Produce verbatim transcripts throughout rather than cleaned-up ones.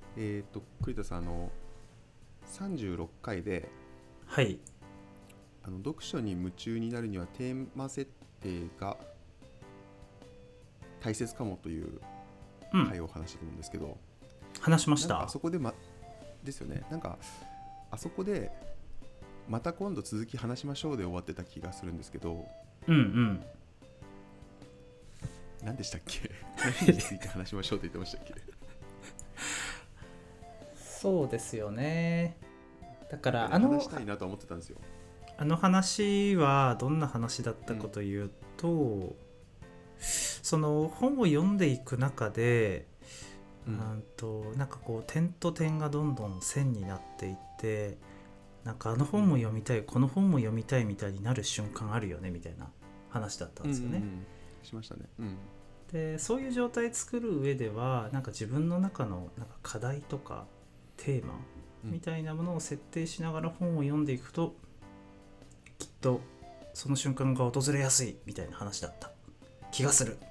えっと栗田さん、あのさんじゅうろっかいではい。 あの読書に夢中になるにはテーマ設定が大切かもといううん。 回を話したと思うんですけど、 話しましなんかあた。 そこで、ま、ですよね。なんかあそこでまた今度続き話しましょうで終わってた気がするんですけど、 うんうん。 何でしたっけ？何について話しましょうって言ってましたっけ？ そうですよね。だかなんかね、 らあの話したいなと思ってたんですよ。 あの話はどんな話だったかうん、 というと、その本を読んでいく中で、 うん、 うんとなんかこう点と点がどんどん線になっていって、なんかあのうん、 本も読みたい、この本も読みたいみたいになる瞬間あるよねみたいな話だったんうん、うですよね。 ん、しましたね。うん、 でそういう状態作る上ではなんか自分の中のなんか課題とかテーマうん。 みたいなものを設定しながら本を読んでいくと、きっとその瞬間が訪れやすいみたいな話だった気がする。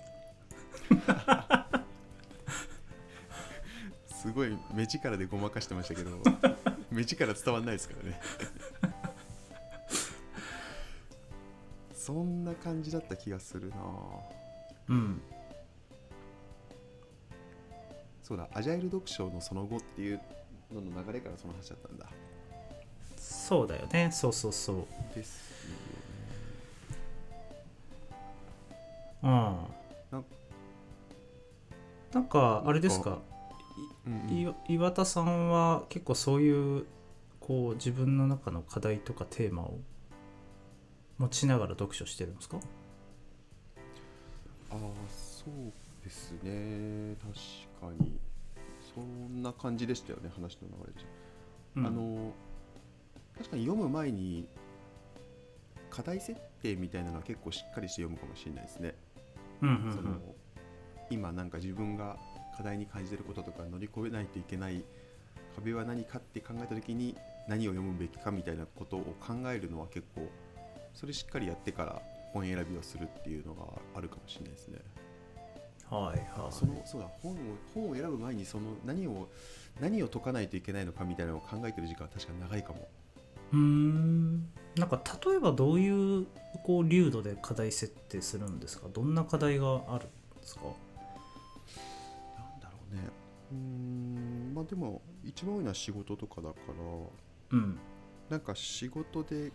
すごい目力でごまかしてましたけど、目力伝わんないですからね。そんな感じだった気がするな。 うん。 そうだ、アジャイル読書のその後っていうのの流れからその話だったんだ。 そうだよね。そうそうそう。 ですよね。 うん。 なんなんかあなんか、 れですか、 うんうん。 い岩田さんは結構そういうこう自分の中の課題とかテーマを持ちながら読書してるんですか？ ああ、そうですね。確かに。そんな感じでしたよね、話の流れで。 うん。 あの、確かに読む前に課題設定みたいなのは結構しっかりして読むかもしれないですね。 うんうんうそのん。 今なんか自分が課題に感じてることとか乗り越えないといけない壁は何かって考えた時に何を読むべきかみたいなことを考えるのは結構それしっかりやってから本選びをするっていうのがあるかもしれないですね。 はいなんかはそのそうだ本を本を選ぶ前にその何を何を解かないといけないのかみたいなのを考えてる時間は確かに長いかも。 い。うーん。なんか例えばどういうこう流度で課題設定するんですか？どんな課題があるんですか？ なんだろうね。うーんまあでも一番多いのは仕事とかだからうん。 なんか仕事で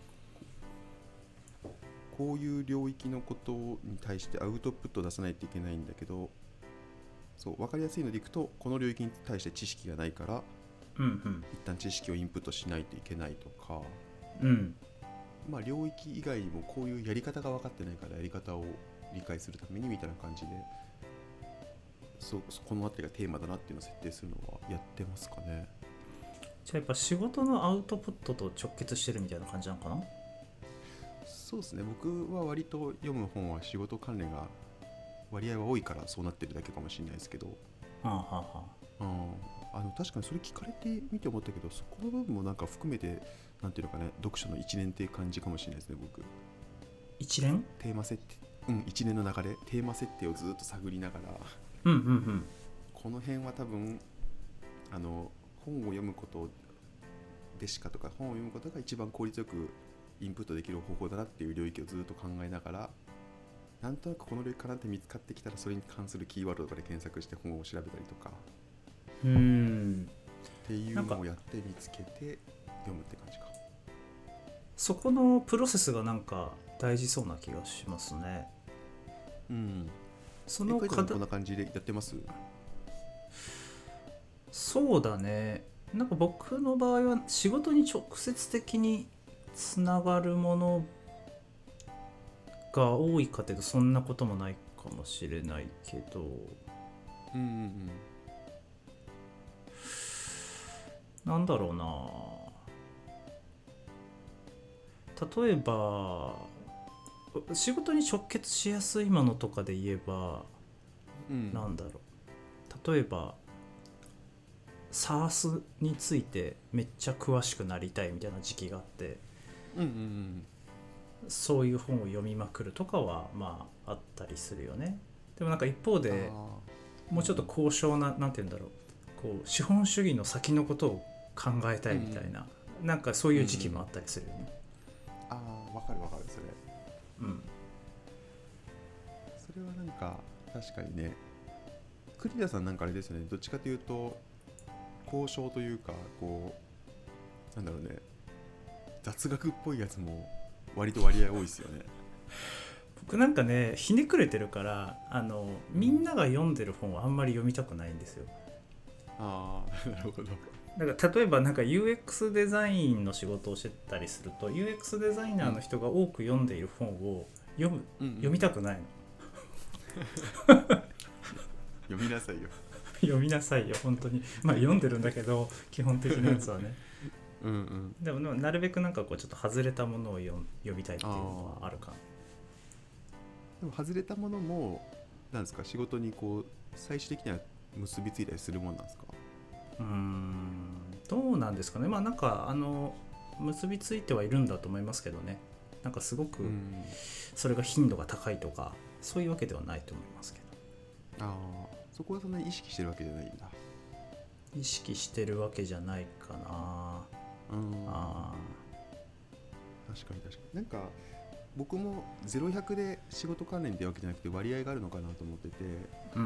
こういう領域のことに対してアウトプットを出さないといけないんだけど、そう分かりやすいのでいくとこの領域に対して知識がないからうん一旦知識をインプットしないといけないとか、 うん。うん。 まあ領域以外にもこういうやり方が分かってないからやり方を理解するためにみたいな感じで、そうこの辺りがテーマだなっていうのを設定するのはやってますかね。 じゃあやっぱ仕事のアウトプットと直結してるみたいな感じなのかな？ そうですね、僕は割と読む本は仕事関連が割合は多いからそうなってるだけかもしれないですけど、 はあはあはあ。 うん、あの確かにそれ聞かれてみて思ったけど、そこの部分もなんか含めてなんていうのかね、読書の一年っていう感じかもしれないですね。僕一連。 テーマ設定、うん一年の流れテーマ設定をずっと探りながら、 うんうんうん。 この辺は多分あの本を読むことでしかとか本を読むことが一番効率よくインプットできる方法だなっていう領域をずっと考えながら、なんとなくこの領域かなって見つかってきたらそれに関するキーワードとかで検索して本を調べたりとかうーん。 っていなんかうのをやって見つけて読むって感じか。 そこのプロセスがなんか大事そうな気がしますね。 うん。 そえ、カイトさんもこの課題。 んな感じでやってます？ そうだね。なんか僕の場合は仕事に直接的につながるものが多いかというとそんなこともないかもしれないけど、 うんうんなんだろうな。例えば仕事に直結しやすいものとかで言えば、 うん。うん。 なんだろう。例えば SARS についてめっちゃ詳しくなりたいみたいな時期があって、 うんうんうん。 そういう本を読みまくるとかはまああったりするよね。でもなんか一方でああ。 もうちょっとうんうん。 高尚な、なんて言うんだろう、 こう資本主義の先のことを考えたいみたいな、うん、なんかそういう時期もあったりするよね、 うん、ああ分かる分かるそれ、 うん、 それはなんか確かにね。栗田さんなんかあれですよね、どっちかというと交渉というかこうなんだろうね、雑学っぽいやつも割と割合多いですよね。 僕なんかねひねくれてるからあのみんなが読んでる本はあんまり読みたくないんですよ。 ああなるほど。 だから例えばなんか ユーエックス デザインの仕事をしてたりすると ユーエックス デザイナーの人が多く読んでいる本を読む、うんうん、読みたくないの。 読みなさいよ。 読みなさいよ本当に。まあ読んでるんだけど基本的なやつはね。 うん、うん、 でもなるべくなんかこうちょっと外れたものを 読, 読みたいっていうのはあるか。 でも外れたものもなんですか、仕事にこう最終的には結びついたりするもんなんですか。 うーんどうなんですかね。まあなんかあの結びついてはいるんだと思いますけどね。なんかすごくそれが頻度が高いとかそういうわけではないと思いますけど。ああそこはそんなに意識してるわけじゃないんだ。 意識してるわけじゃないかな。 うん、あ確かに確かに。なんか僕もゼロひゃくで仕事関連ってわけじゃなくて割合があるのかなと思ってて、 うん、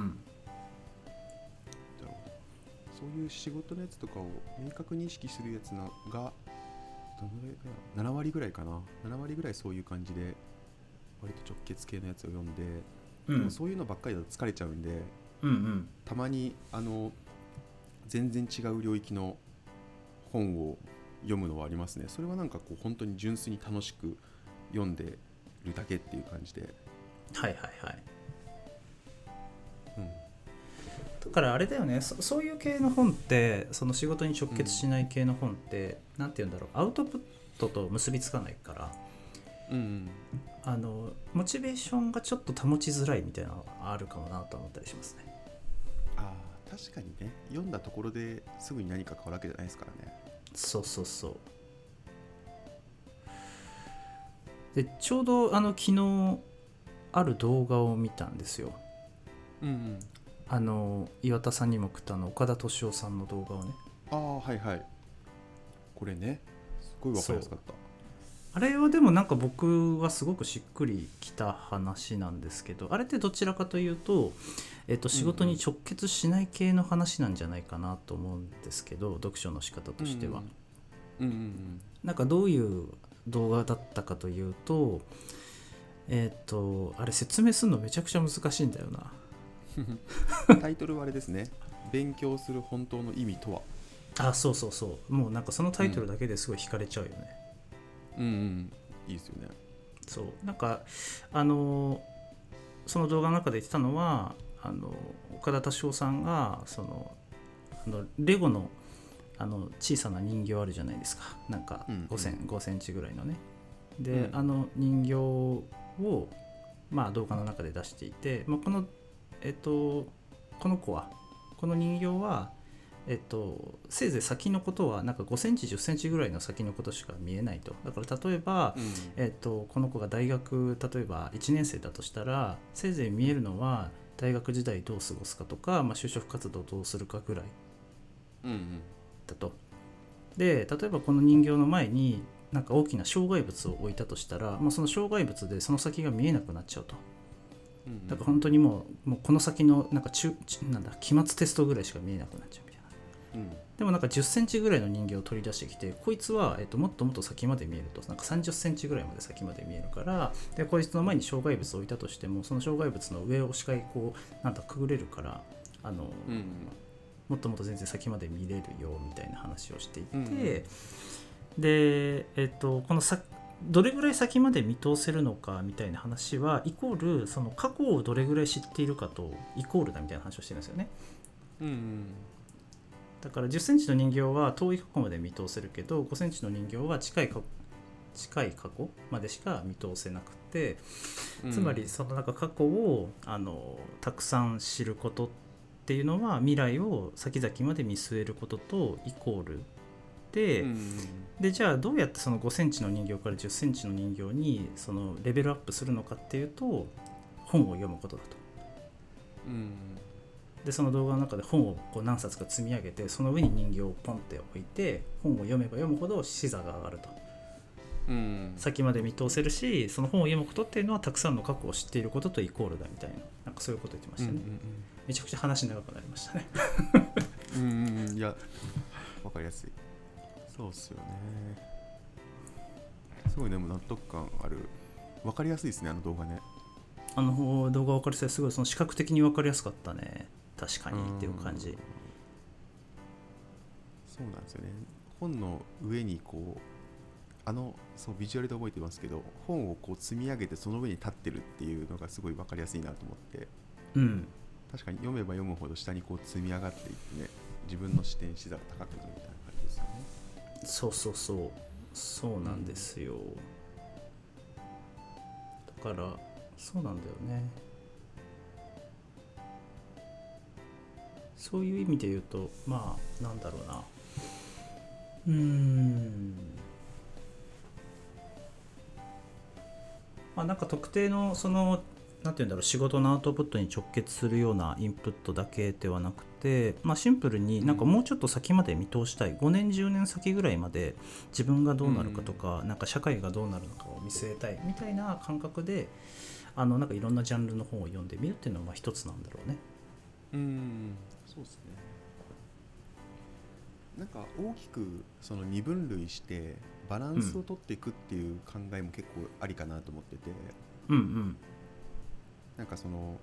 そういう仕事のやつとかを明確に意識するやつがどのぐらいかな、なな割ぐらいかな、なな割ぐらいそういう感じで割と直結系のやつを読んで、うん、でもそういうのばっかりだと疲れちゃうんで、 うんうん、 たまにあの全然違う領域の本を読むのはありますね。それはなんかこう本当に純粋に楽しく読んでるだけっていう感じで。 はいはいはい、 うん、 だからあれだよね、 そ, そういう系の本ってその仕事に直結しない系の本って、うん、なんて言うんだろう、アウトプットと結びつかないから、 うんうん、 あのモチベーションがちょっと保ちづらいみたいなのがあるかもなと思ったりしますね。 ああ確かにね、読んだところですぐに何か変わるわけじゃないですからね。 そうそうそう。でちょうどあの昨日ある動画を見たんですよ。 うんうん、 あの岩田さんにも送ったの岡田敏夫さんの動画をね。 ああはいはい、これねすごい分かりやすかった。 あれはでもなんか僕はすごくしっくりきた話なんですけど、あれってどちらかというと、えっと、仕事に直結しない系の話なんじゃないかなと思うんですけど、読書の仕方としては、 うんうんうん、 なんかどういう動画だったかというと、えっとあれ説明するのめちゃくちゃ難しいんだよな。タイトルはあれですね、勉強する本当の意味とは。 あ、そうそうそう、もうなんかそのタイトルだけですごい惹かれちゃうよね。 うん、うんうん、いいですよね。 そうなんかあのその動画の中で言ってたのは、あの岡田敏夫さんがそのあのレゴのあの小さな人形あるじゃないですか、なんかごセンチ、うんうん、ごセンチぐらいのね。で、うん、あの人形を、まあ、動画の中で出していて、まあ、このえっとこの子はこの人形はえっと、せいぜい先のことはなんかごセンチじゅっセンチぐらいの先のことしか見えないと。だから例えば、うんえっと、この子が大学例えばいちねん生だとしたら、せいぜい見えるのは大学時代どう過ごすかとか、まあ、就職活動どうするかぐらいだと、うんうん、で例えばこの人形の前になんか大きな障害物を置いたとしたら、まあ、その障害物でその先が見えなくなっちゃうと。だから本当にもう、もうこの先のなんか中なんだ期末テストぐらいしか見えなくなっちゃう。うん、でもなんかじゅっセンチぐらいの人形を取り出してきて、こいつは、えっと、もっともっと先まで見えると、なんかさんじゅっセンチぐらいまで先まで見えるから、でこいつの前に障害物を置いたとしても、その障害物の上を視界こうなんだくぐれるから、あの、うん、もっともっと全然先まで見れるよみたいな話をしていて、うん、で、えっと、このさどれぐらい先まで見通せるのかみたいな話はイコールその過去をどれぐらい知っているかとイコールだみたいな話をしてるんですよね。うんうんだからじゅっセンチの人形は遠い過去まで見通せるけど、ごセンチの人形は近いか近い過去までしか見通せなくて、つまりその中過去をあのたくさん知ることっていうのは未来を先々まで見据えることとイコールで、うん、でじゃあどうやってそのごセンチの人形からじゅっセンチの人形にそのレベルアップするのかっていうと、本を読むことだと。うんでその動画の中で本をこう何冊か積み上げてその上に人形をポンって置いて本を読めば読むほど視座が上がると、 うん、 先まで見通せるしその本を読むことっていうのはたくさんの過去を知っていることとイコールだみたいな、なんかそういうこと言ってましたね、 うんうんうん、 めちゃくちゃ話長くなりましたねうんうんうん、いやわかりやすい。そうっすよね。すごいね、もう納得感ある。わかりやすいですね、あの動画ね。 あの動画分かりやすい、すごいその視覚的に分かりやすかったね、確かにっていう感じ。 そうなんですよね。本の上にこうあのそうビジュアルで覚えてますけど、本をこう積み上げてその上に立ってるっていうのがすごい分かりやすいなと思って、 うん、 確かに読めば読むほど下にこう積み上がっていってね、自分の視点視座が高くなるみたいな感じですよね。 そうそうそうそうなんですよ、うん、だからそうなんだよね。そういう意味で言うとまあなんだろうな、うーんまあなんか特定のそのなんていうんだろう、仕事のアウトプットに直結するようなインプットだけではなくて、まあ、シンプルになんかもうちょっと先まで見通したい、うん、ごねんじゅうねん先ぐらいまで自分がどうなるかとか、うん、なんか社会がどうなるのかを見据えたいみたいな感覚であのなんかいろんなジャンルの本を読んでみるっていうのはまあ一つなんだろうね。 うん、そうですね。なんか大きくその二分類してバランスを取っていくっていう考えも結構ありかなと思ってて、 うんうん、 なんかその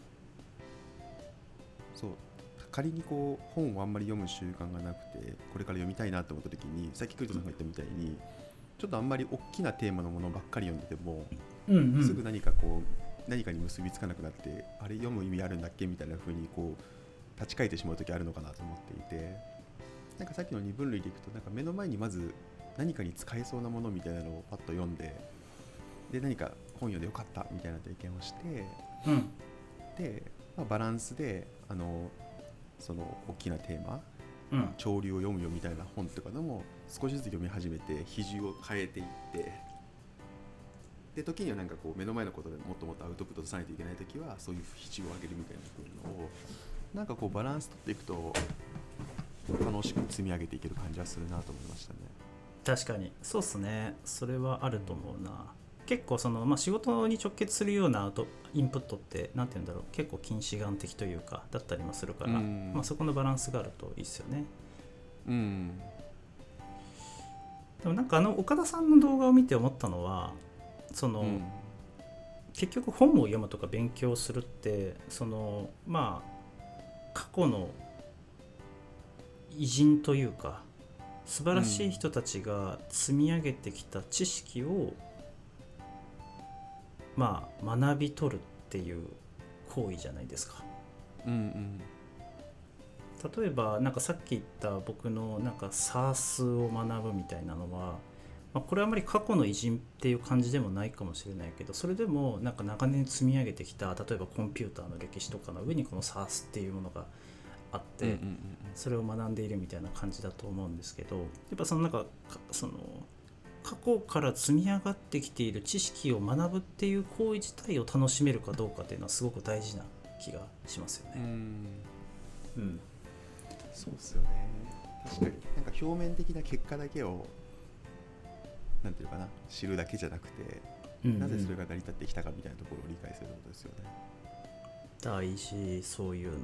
そう仮にこう本をあんまり読む習慣がなくてこれから読みたいなと思った時に、さっきクリトさんが言ったみたいにちょっとあんまり大きなテーマのものばっかり読んでても、 うんうん、 すぐ何かこう何かに結びつかなくなって、あれ読む意味あるんだっけみたいな風にこう立ち返ってしまう時あるのかなと思っていて、なんかさっきの二分類でいくとなんか目の前にまず何かに使えそうなものみたいなのをパッと読んで、で何か本読んでよかったみたいな体験をして、 うん、 で、まあ、バランスであのその大きなテーマ、 うん、 潮流を読むよみたいな本とかでも少しずつ読み始めて比重を変えていって、で時にはなんかこう目の前のことでもっともっとアウトプットさないといけない時はそういう比重を上げるみたいなのをなんかこうバランス取っていくと楽しく積み上げていける感じはするなと思いましたね。 確かにそうっすね、それはあると思うな。結構その、まあ、仕事に直結するようなアウトインプットってなんて言うんだろう、結構近視眼的というかだったりもするから、まあ、そこのバランスがあるといいっすよね。 うん。 でもなんかあの岡田さんの動画を見て思ったのはその、うん、結局本を読むとか勉強するってそのまあ過去の偉人というか素晴らしい人たちが積み上げてきた知識を、まあ、学び取るっていう行為じゃないですか。 うんうん、 例えばなんかさっき言った僕のなんか SARS を学ぶみたいなのは、まあ、これはあまり過去の偉人っていう感じでもないかもしれないけど、それでもなんか長年積み上げてきた例えばコンピューターの歴史とかの上にこの SARS っていうものがあって、うんうんうん、それを学んでいるみたいな感じだと思うんですけど、やっぱそのなんかその過去から積み上がってきている知識を学ぶっていう行為自体を楽しめるかどうかっていうのはすごく大事な気がしますよね。うん、 うん、そうですよね。確かになんか表面的な結果だけをなんていうかな知るだけじゃなくて、うんうん、なぜそれが成り立ってきたかみたいなところを理解することですよね。 大事、そういうの。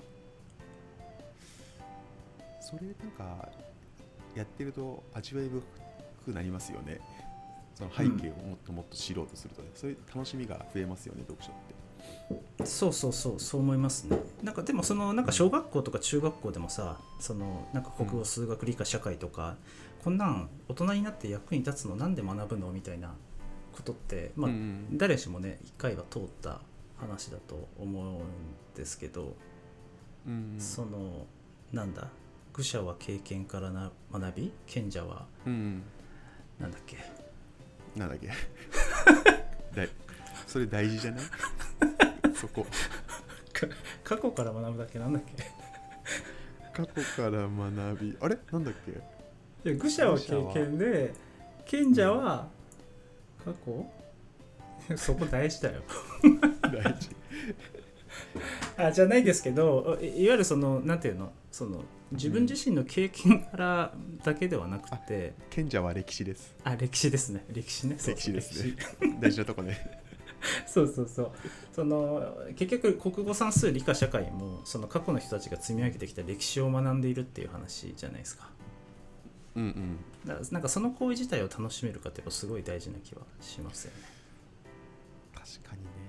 それなんかやってると味わい深くなりますよね。その背景をもっともっと知ろうとするとね、うん、そういう楽しみが増えますよね、読書って。 そうそうそうそう思いますね。なんかでもそのなんか小学校とか中学校でもさ、そのなんか国語数学理科社会とか、うん、こんなん大人になって役に立つのなんで学ぶのみたいなことってまあ、うん、誰しもね一回は通った話だと思うんですけど、うん、そのなんだ愚者は経験からな学び、賢者は、うん、なんだっけなんだっけだそれ大事じゃないそこ過去から学ぶだっけ、なんだっけ過去から学び、あれなんだっけ。 いや愚者は経験で賢者は過去そこ大事だよ大事あじゃないですけど、いいわゆるそのなんていうの、その自分自身の経験からだけではなくて、 賢者は歴史です。 あ歴史ですね、歴史ね、そう歴そう史ですね。大事なとこね。 そうそうそう、その結局国語算数理科社会もその過去の人たちが積み上げてきた歴史を学んでいるっていう話じゃないですか。 うんうん。 だからなんかその行為自体を楽しめるかってやっぱすごい大事な気はしますよね。 確かにね。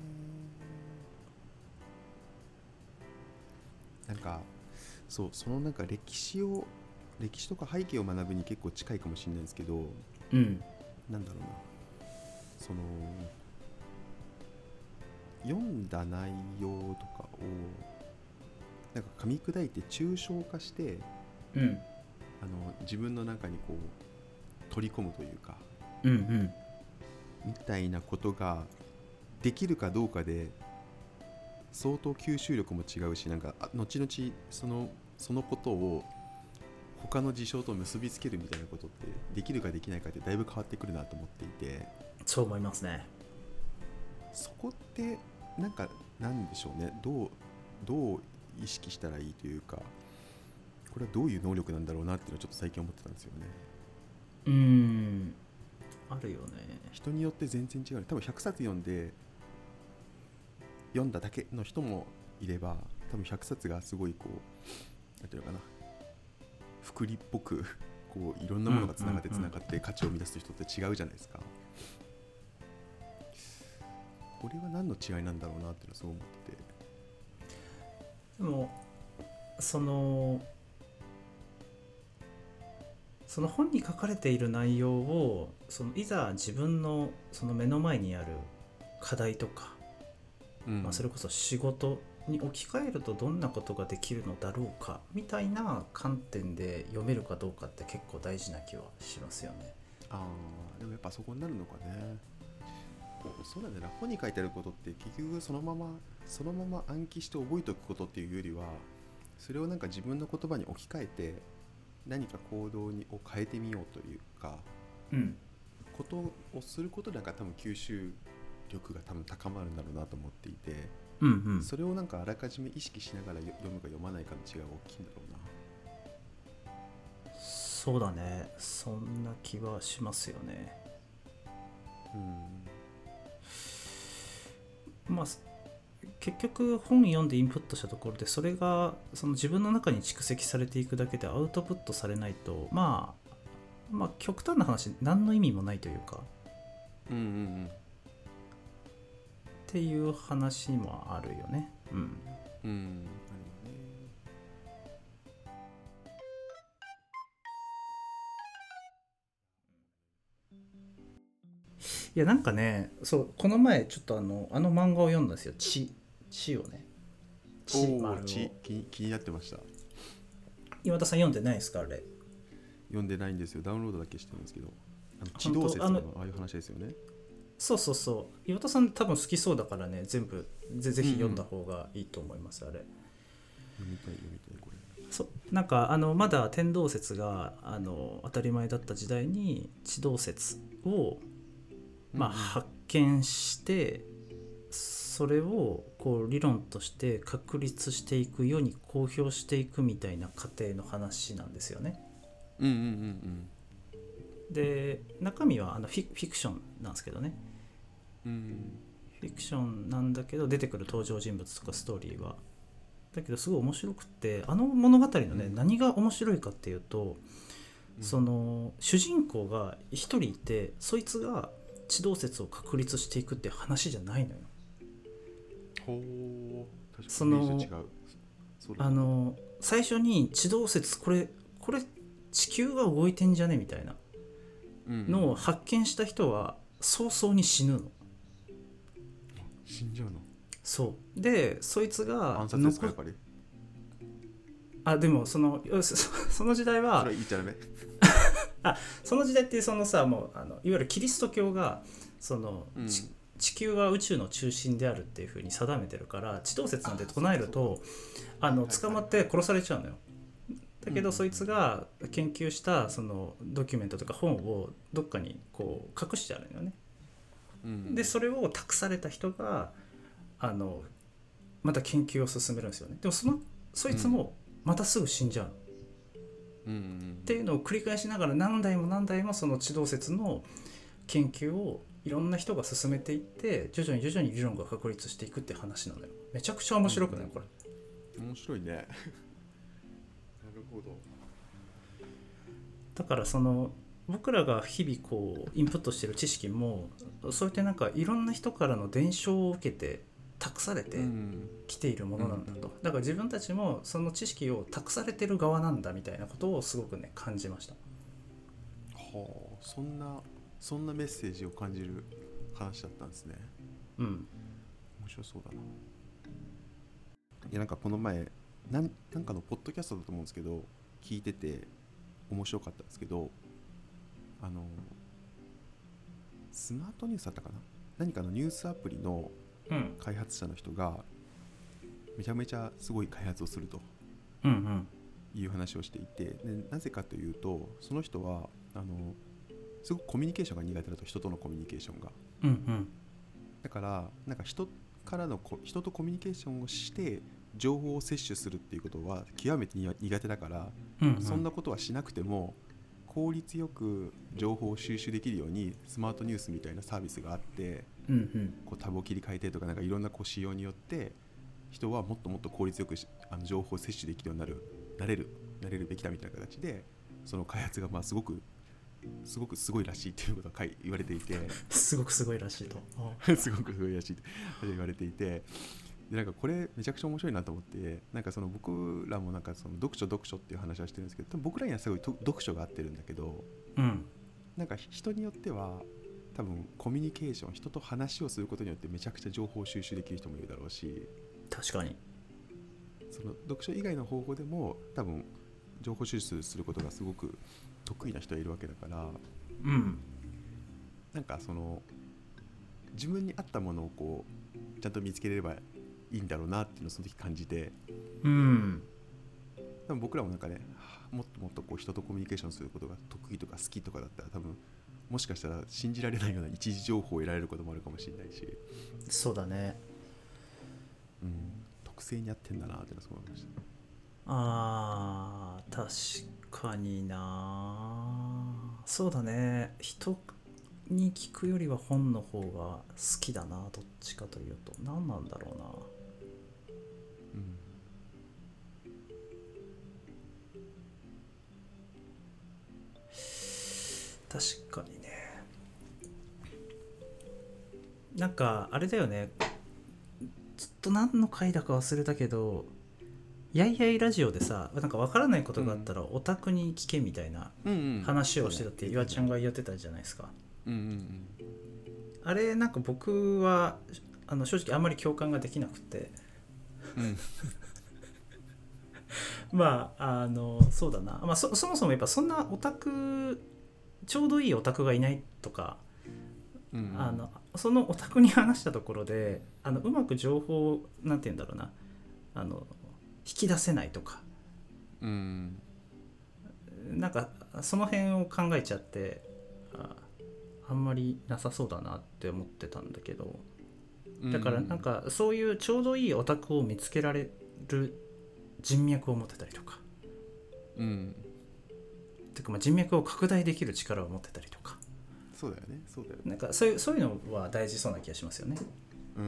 なんかそうそのなんか歴史を歴史とか背景を学ぶに結構近いかもしれないですけど、 うん、 なんだろうな、その読んだ内容とかをなんか噛み砕いて抽象化して、 うん、 あの自分の中にこう取り込むというか、 うんうんみたいなことができるかどうかで相当吸収力も違うし、なんかあ後々そのそのことを他の事象と結びつけるみたいなことってできるかできないかってだいぶ変わってくるなと思っていて、 そう思いますね。 そこってなんかなんでしょうね、どうどう意識したらいいというか、これはどういう能力なんだろうなっていうのはちょっと最近思ってたんですよね。 うーん、あるよね。 人によって全然違う。多分ひゃくさつ読んで読んだだけの人もいれば、多分ひゃくさつがすごいこうなんていうのかな、福利っぽくこういろんなものがつながってつながって価値を生み出す人って違うじゃないですか。これは何の違いなんだろうなっていうのはそう思ってて。 でもそのその本に書かれている内容をそのいざ自分のその目の前にある課題とか、 うんまあ、それこそ仕事に置き換えるとどんなことができるのだろうかみたいな観点で読めるかどうかって結構大事な気はしますよね。 あーでもやっぱそこになるのかね。そうなんだよな、本に書いてあることって結局そのままそのまま暗記して覚えておくことっていうよりは、それをなんか自分の言葉に置き換えて何か行動にを変えてみようというかうんことをすることでなんか多分吸収力が多分高まるんだろうなと思っていて、 うんうんそれをなんかあらかじめ意識しながら読むか読まないかの違いが大きいんだろうな。 そうだね、そんな気はしますよね。 うんまあ結局本読んでインプットしたところでそれがその自分の中に蓄積されていくだけでアウトプットされないと、まあまあ極端な話何の意味もないというかうんうんうんっていう話もあるよね。うんうんあるよね。 いやなんかね、そうこの前ちょっとあのあの漫画を読んだんですよ。地地をね、地おお、 丸を。 ち気に気になってました。 岩田さん読んでないですかあれ。 読んでないんですよ。ダウンロードだけしてるんですけど、あの地動説とかのああいう話ですよね。 そうそうそう、岩田さん多分好きそうだからね、全部ぜぜひ読んだ方がいいと思います、うんうん、あれ読みたい読みたいこれ。 そなんかあのまだ天動説があの当たり前だった時代に地動説を、まあ、発見して、それをこう理論として確立していく、世に公表していくみたいな過程の話なんですよね。 うんうんうんうんで中身はあのフィ、フィクションなんですけどね、 うん、 フィクションなんだけど出てくる登場人物とかストーリーはだけどすごい面白くって、あの物語のね、うん、何が面白いかっていうと、うん、その主人公が一人いてそいつが地動説を確立していくって話じゃないのよ。 ほう、確かにそのイメージ違う。そうだね、 あの最初に地動説これこれ地球が動いてんじゃねみたいなのを発見した人は早々に死ぬの。 死んじゃうの。 そうでそいつが暗殺ですかやっぱり。 あでもそのその時代はそれはいいじゃねあその時代ってそのさもうあのいわゆるキリスト教がその、うん、地球は宇宙の中心であるっていう風に定めてるから、地動説なんて唱えるとあの捕まって殺されちゃうのよ。だけどそいつが研究したそのドキュメントとか本をどっかにこう隠してあるのよね。でそれを託された人があのまた研究を進めるんですよね。でもそのそいつもまたすぐ死んじゃう、 うんうん、 っていうのを繰り返しながら何代も何代もその地動説の研究をいろんな人が進めていって徐々に徐々に理論が確立していくっていう話なのよ。めちゃくちゃ面白くない、うん、これ面白いねなるほど。 だからその僕らが日々こうインプットしてる知識もそうやってなんかいろんな人からの伝承を受けて託されてきているものなんだと、だから自分たちもその知識を託されてる側なんだみたいなことをすごくね感じました。 はあ、そんなそんなメッセージを感じる話だったんですね。 うん、 面白そうだな。いやなんかこの前なん、なんかのポッドキャストだと思うんですけど聞いてて面白かったんですけど、あのスマートニュースだったかな、何かのニュースアプリの開発者の人がめちゃめちゃすごい開発をするという話をしていて、でなぜかというとその人はあのすごくコミュニケーションが苦手だと、人とのコミュニケーションが、 うんうん、 だからなんか人からの人とコミュニケーションをして情報を摂取するっていうことは極めて苦手だから、うんうん、そんなことはしなくても効率よく情報を収集できるようにスマートニュースみたいなサービスがあって、うんうん、こうタブを切り替えてとか、なんかいろんなこう仕様によって人はもっともっと効率よくあの情報を摂取できるようになるなれるなれるべきだみたいな形で、その開発がまあすごくすごくすごいらしいっていうことが言われていてすごくすごいらしいとすごくすごいらしいと言われていて、でなんかこれめちゃくちゃ面白いなと思って、なんかその僕らもなんかその読書読書っていう話はしてるんですけど、多分僕らにはすごい読書が合ってるんだけど、うん、なんか人によっては多分コミュニケーション、人と話をすることによってめちゃくちゃ情報を収集できる人もいるだろうし、 確かにその読書以外の方法でも多分情報収集することがすごく得意な人はいるわけだから、うん、なんかその自分に合ったものをこうちゃんと見つけれればいいんだろうなっていうのをその時感じて、うん、多分僕らもなんかね、もっともっとこう人とコミュニケーションすることが得意とか好きとかだったら、多分もしかしたら信じられないような一時情報を得られることもあるかもしれないし、 そうだね、 うん、特性に合ってんだなってのはそう思いました。 あー確かにな、そうだね、人に聞くよりは本の方が好きだな、どっちかというと。何なんだろうな、うん、確かにね。なんかあれだよね、ずっと何の回だか忘れたけど、やいやいラジオでさ、なんか分からないことがあったらオタクに聞けみたいな話をしてたって岩ちゃんが言ってたじゃないですか。うんうんうん、あれなんか僕はあの正直あんまり共感ができなくて、うん、まああのそうだな、まあ、そ, そもそもやっぱそんなオタクちょうどいいオタクがいないとか、うんうん、あのそのオタクに話したところであのうまく情報をなんて言うんだろうな、あの引き出せないとか、うん、なんかその辺を考えちゃって あ, あんまりなさそうだなって思ってたんだけど、だからなんかそういうちょうどいいオタクを見つけられる人脈を持ってたりとか、うん、てかまあ人脈を拡大できる力を持ってたりとか、 そうだよねそうだよね、 なんかそういう、そういうのは大事そうな気がしますよね。うん、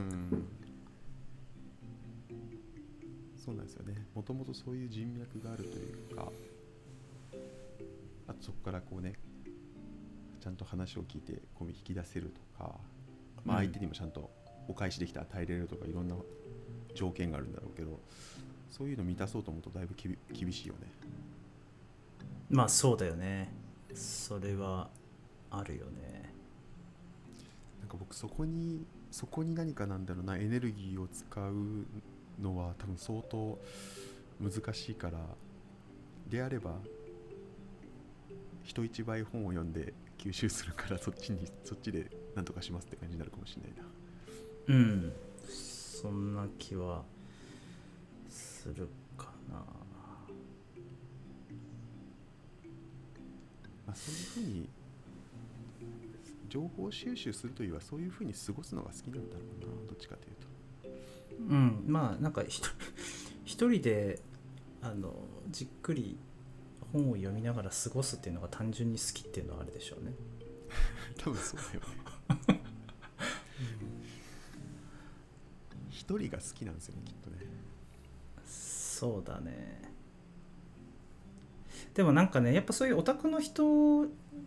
そうなんですよね。もともとそういう人脈があるというか、あとそこからこうね、ちゃんと話を聞いてこう引き出せるとか、まあ、相手にもちゃんとお返しできて与えれるとか、いろんな条件があるんだろうけど、そういうの満たそうと思うとだいぶきび厳しいよね。 まあそうだよね、それはあるよね。 なんか僕そこにそこに何かなんだろうな、エネルギーを使うのは多分相当難しいから、であれば人一倍本を読んで吸収するから、そっちにそっちで何とかしますって感じになるかもしれないな。 うん、そんな気はするかな。 まあ、そういうふうに情報収集するというよりはそういうふうに過ごすのが好きなんだろうな、どっちかというと。 うんまあなんか一人一人であのじっくり本を読みながら過ごすっていうのが単純に好きっていうのはあるでしょうね。 多分そうだよね。一人が好きなんですよねきっとね。 そうだね。でもなんかねやっぱそういうオタクの人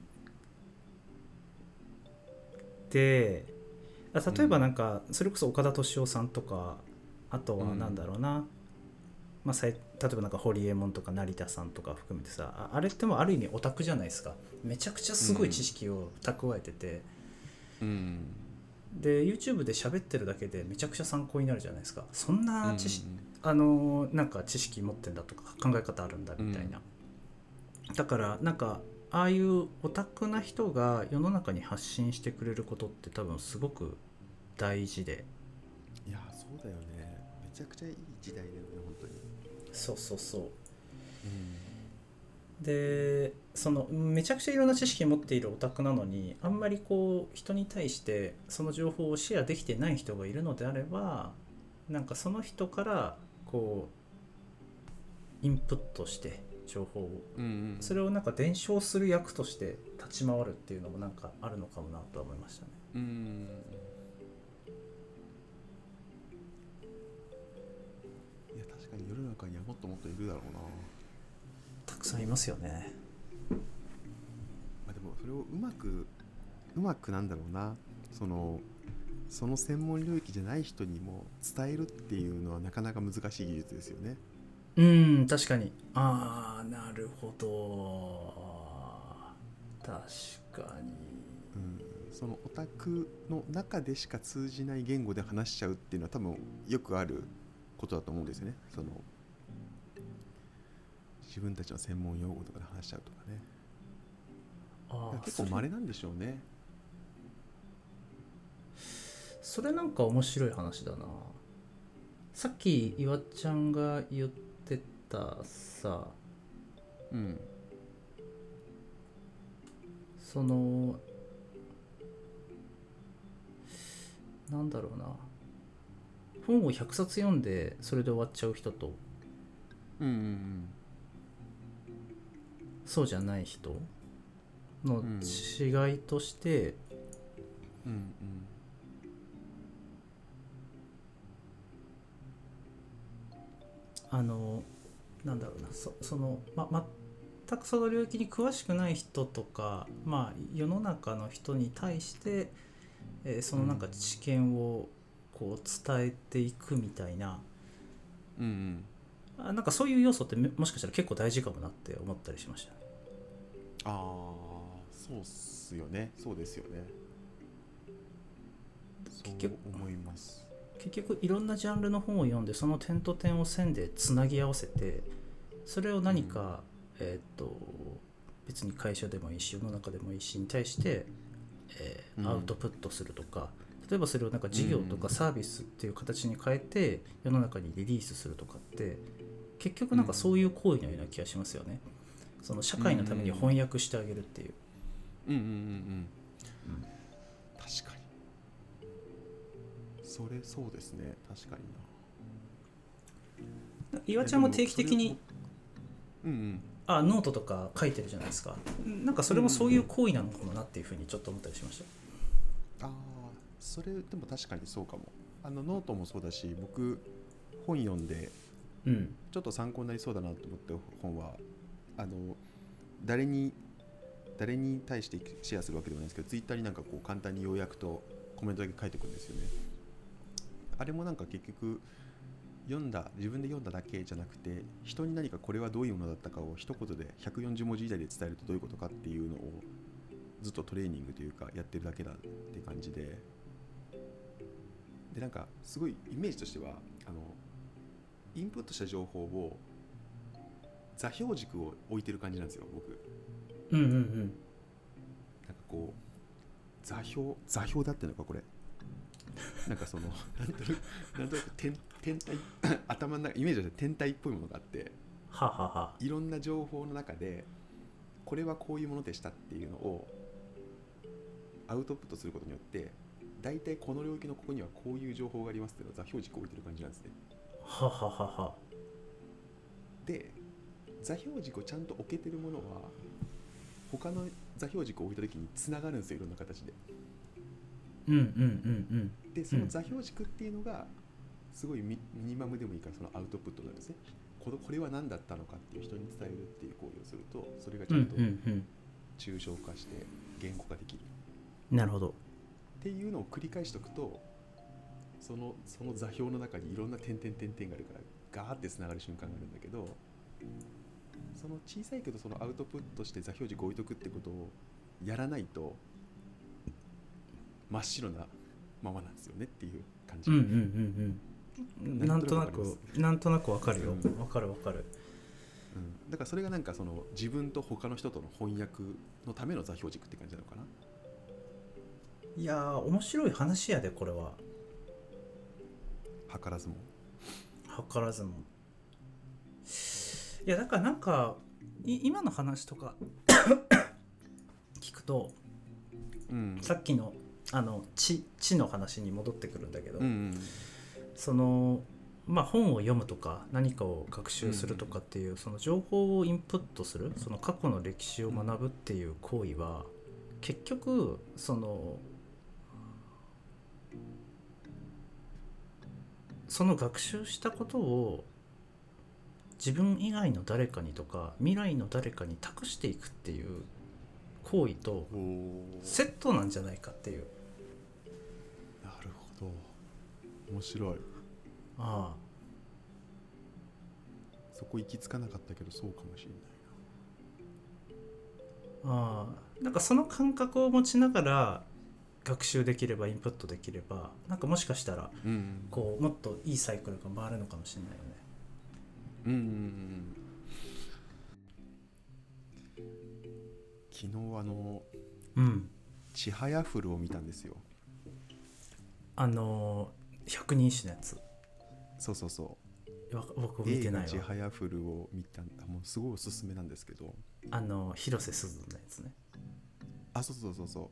であ例えばなんかそれこそ岡田敏夫さんとかあとはなんだろうな、うんまあ、さい例えばなんかホリエモンとか成田さんとか含めてさ あ, あれってもある意味オタクじゃないですか。めちゃくちゃすごい知識を蓄えてて、 うん、 で YouTube で喋ってるだけでめちゃくちゃ参考になるじゃないですか。そんな知識、 うんあのなんか知識持ってんだとか考え方あるんだみたいな、うん、だからなんかああいうオタクな人が世の中に発信してくれることって多分すごく大事で。 いやそうだよね。めちゃくちゃいい時代だよね本当に。 そうそうそう、 うん、 でそのめちゃくちゃいろんな知識持っているオタクなのにあんまりこう人に対してその情報をシェアできてない人がいるのであればなんかその人からこうインプットして情報を、 うんうん、 それをなんか伝承する役として立ち回るっていうのもなんかあるのかもなとは思いましたね。 うん、いや確かに世の中にはもっともっといるだろうな。 たくさんいますよね。 まあ、でもそれをうまくうまくなんだろうなそのその専門領域じゃない人にも伝えるっていうのはなかなか難しい技術ですよね。 うん確かに。ああなるほど。確かに。 うん、そのオタクの中でしか通じない言語で話しちゃうっていうのは多分よくあることだと思うんですよね。その自分たちの専門用語とかで話しちゃうとかね。 あ結構稀なんでしょうね。 それなんか面白い話だな。さっき岩ちゃんが言ってたさ、 うん、 そのなんだろうな、本をひゃくさつ読んでそれで終わっちゃう人と、 うんうんうん、 そうじゃない人の違いとして、 うんうん、 あのなんだろうな そ, その、ま、全くその領域に詳しくない人とか、まあ、世の中の人に対して、えーそのなんか知見をこう伝えていくみたいな、 うんうん、 あなんかそういう要素ってもしかしたら結構大事かもなって思ったりしましたね。 ああそうっすよね。そうですよね。そう思います。 結局いろんなジャンルの本を読んでその点と点を線でつなぎ合わせてそれを何か、うんえー、っと別に会社でもいいし世の中でもいいしに対して、えー、アウトプットするとか、うん、例えばそれをなんか事業とかサービスっていう形に変えて世の中にリリースするとかって結局なんかそういう行為のような気がしますよね。その社会のために翻訳してあげるっていう。 うんうんうんうん、うん、確かにそれそうですね。確かにな。岩ちゃんも定期的にうんうん、 あノートとか書いてるじゃないですか。なんかそれもそういう行為なのかもなっていうふうにちょっと思ったりしました。 ああそれでも確かにそうかも。あのノートもそうだし僕本読んで、うん、ちょっと参考になりそうだなと思って本はあの誰に誰に対してシェアするわけでもないんですけどツイッターになんかこう簡単に要約とコメントだけ書いておくんですよね。あれもなんか結局読んだ自分で読んだだけじゃなくて人に何かこれはどういうものだったかを一言でひゃくよんじゅう文字以内で伝えるとどういうことかっていうのをずっとトレーニングというかやってるだけだって感じで、でなんかすごいイメージとしてはあのインプットした情報を座標軸を置いてる感じなんですよ僕。 うんうんうん。 なんかこう座標座標だってのかこれなんかそのなんとなくなんとなく天天体頭の中イメージで天体っぽいものがあってはははいろんな情報の中でこれはこういうものでしたっていうのをアウトプットすることによって大体この領域のここにはこういう情報がありますっていうのを座標軸を置いてる感じなんですね。 はははは。 で座標軸をちゃんと置けてるものは他の座標軸を置いた時に繋がるんですよ、いろんな形で。 うんうんうんでその座標軸っていうのがすごい ミ, ミニマムでもいいからそのアウトプットなんですね。これ、これは何だったのかっていう人に伝えるっていう行為をすると、それがちゃんと抽象化して言語化できる、 うん、なるほどっていうのを繰り返しておくと、そのその座標の中にいろんな点々点々があるからガーってつながる瞬間があるんだけど、その小さいけどそのアウトプットして座標軸を置いとくってことをやらないと真っ白なままなんですよねっていう感じ。 うんうんうんうん、なんとなくなんとなくわかるよ、わ、うん、かるわかる、 うん、だからそれがなんかその自分と他の人との翻訳のための座標軸って感じなのかな。 いやー面白い話やでこれは。 図らずも図らずも。いやだからなんか今の話とか聞くと、うん、さっきのあの知知の話に戻ってくるんだけど、うんうん、そのまあ本を読むとか何かを学習するとかっていう、うん、その情報をインプットする、その過去の歴史を学ぶっていう行為は、うん、結局そのその学習したことを自分以外の誰かにとか未来の誰かに託していくっていう行為とセットなんじゃないかっていう。 なるほど、面白い。 ああ、 そこ行き着かなかったけどそうかもしれないな。ああ、なんかその感覚を持ちながら学習できれば、インプットできれば、なんかもしかしたら、うんうん、こうもっといいサイクルが回るのかもしれないよね。 うんうんうん、昨日あの、うん、ちはやふるを見たんですよ。 あの百人一首のやつ。 そうそうそう、 僕見てないわ。 映画ちはやふるを見たんだ。もうすごいおすすめなんですけど、 あの広瀬すずのやつね。 あ、そうそうそうそう、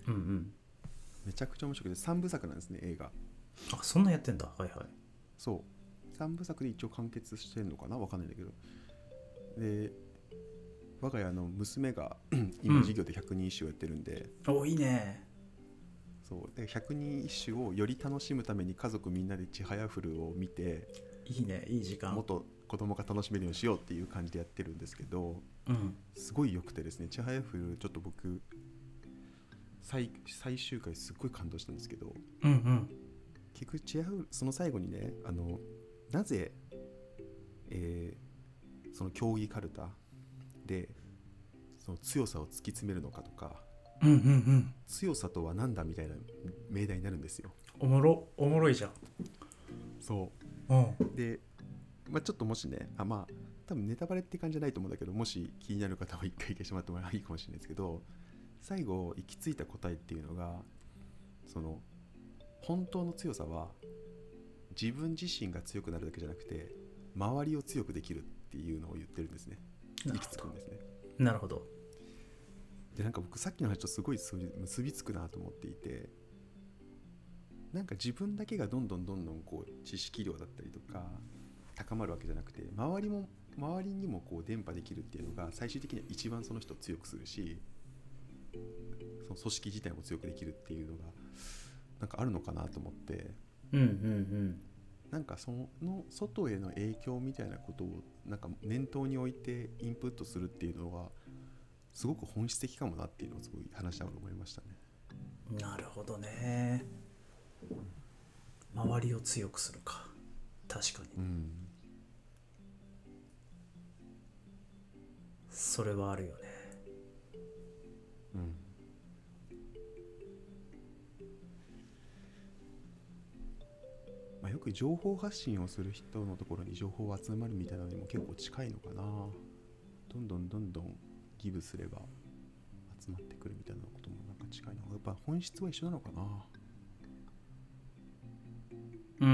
うんうん、めちゃくちゃ面白くてさんぶさくなんですね、映画。 あ、そんなやってんだ。はいはい。 そうさんぶさくで一応完結してんのかな、わかんないんだけど、で我が家の娘が今授業で百人一首をやってるんで、 うん、お、いいね。 そうで百人一首をより楽しむために家族みんなでちはやふるを見て、 いいね、いい時間、 もっと子供が楽しめるようにしようっていう感じでやってるんですけど、うん、すごい良くてですね、ちはやふるちょっと僕 最, 最終回すっごい感動したんですけど、うんうん、結局ちはやふるその最後にね、あのなぜ、えー、その競技カルタでその強さを突き詰めるのかとか、うんうんうん、強さとは何だみたいな命題になるんですよ。 おもろおもろいじゃん。 そう、うん、で、まあ、ちょっともしね、あ、まあ多分ネタバレって感じじゃないと思うんだけど、もし気になる方は一回消してもらってもいいかもしれないですけど、最後行き着いた答えっていうのが、その本当の強さは自分自身が強くなるだけじゃなくて周りを強くできるっていうのを言ってるんですね。行き着くんですね。 なるほど。 でなんか僕さっきの話とすごい結びつくなと思っていて、なんか自分だけがどんどんどんどんこう知識量だったりとか高まるわけじゃなくて、周りも周りにもこう伝播できるっていうのが最終的には一番その人を強くするし、その組織自体も強くできるっていうのがなんかあるのかなと思って、うんうんうん、なんかその外への影響みたいなことをなんか念頭に置いてインプットするっていうのはすごく本質的かもなっていうのをすごい話しながら思いましたね。 なるほどね。周りを強くするか、確かに、うん、それはあるよね。うん、 まあ、よく情報発信をする人のところに情報を集まるみたいなのにも結構近いのかな。どんどんどんどんギブすれば集まってくるみたいなこともなんか近いの。やっぱ本質は一緒なのかな。 うん、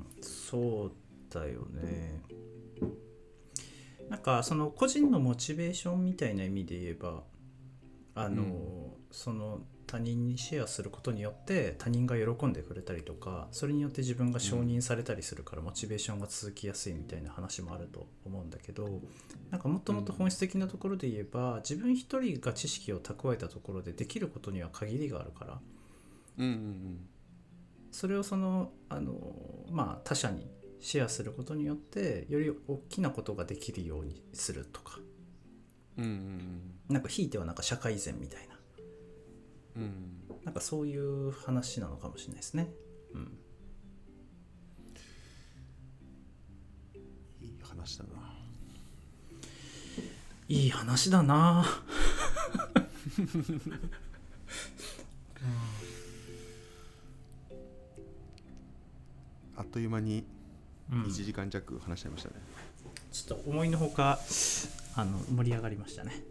そうだよね。なんかその個人のモチベーションみたいな意味で言えば、あの、うん、その他人にシェアすることによって他人が喜んでくれたりとか、それによって自分が承認されたりするからモチベーションが続きやすいみたいな話もあると思うんだけど、なんかもっともっと本質的なところで言えば、自分一人が知識を蓄えたところでできることには限りがあるから、 うんうんうんそれをそのあの、まあ、他者にシェアすることによってより大きなことができるようにするとか、 うんうんなんかひいてはなんか社会善みたいな、 うんうん、 なんかそういう話なのかもしれないですね。うん、 いい話だな。 いい話だなあっという間にうんいちじかん弱話しちゃいましたね。 ちょっと思いのほかあの盛り上がりましたね。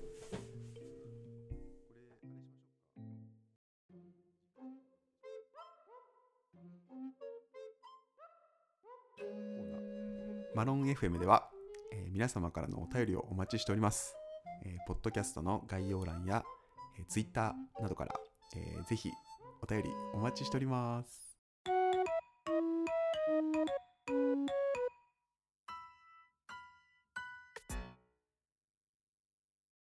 マロン エフエム では、えー皆様からのお便りをお待ちしております。えーポッドキャストの概要欄や、えー、Twitter などから、えーぜひお便りお待ちしております。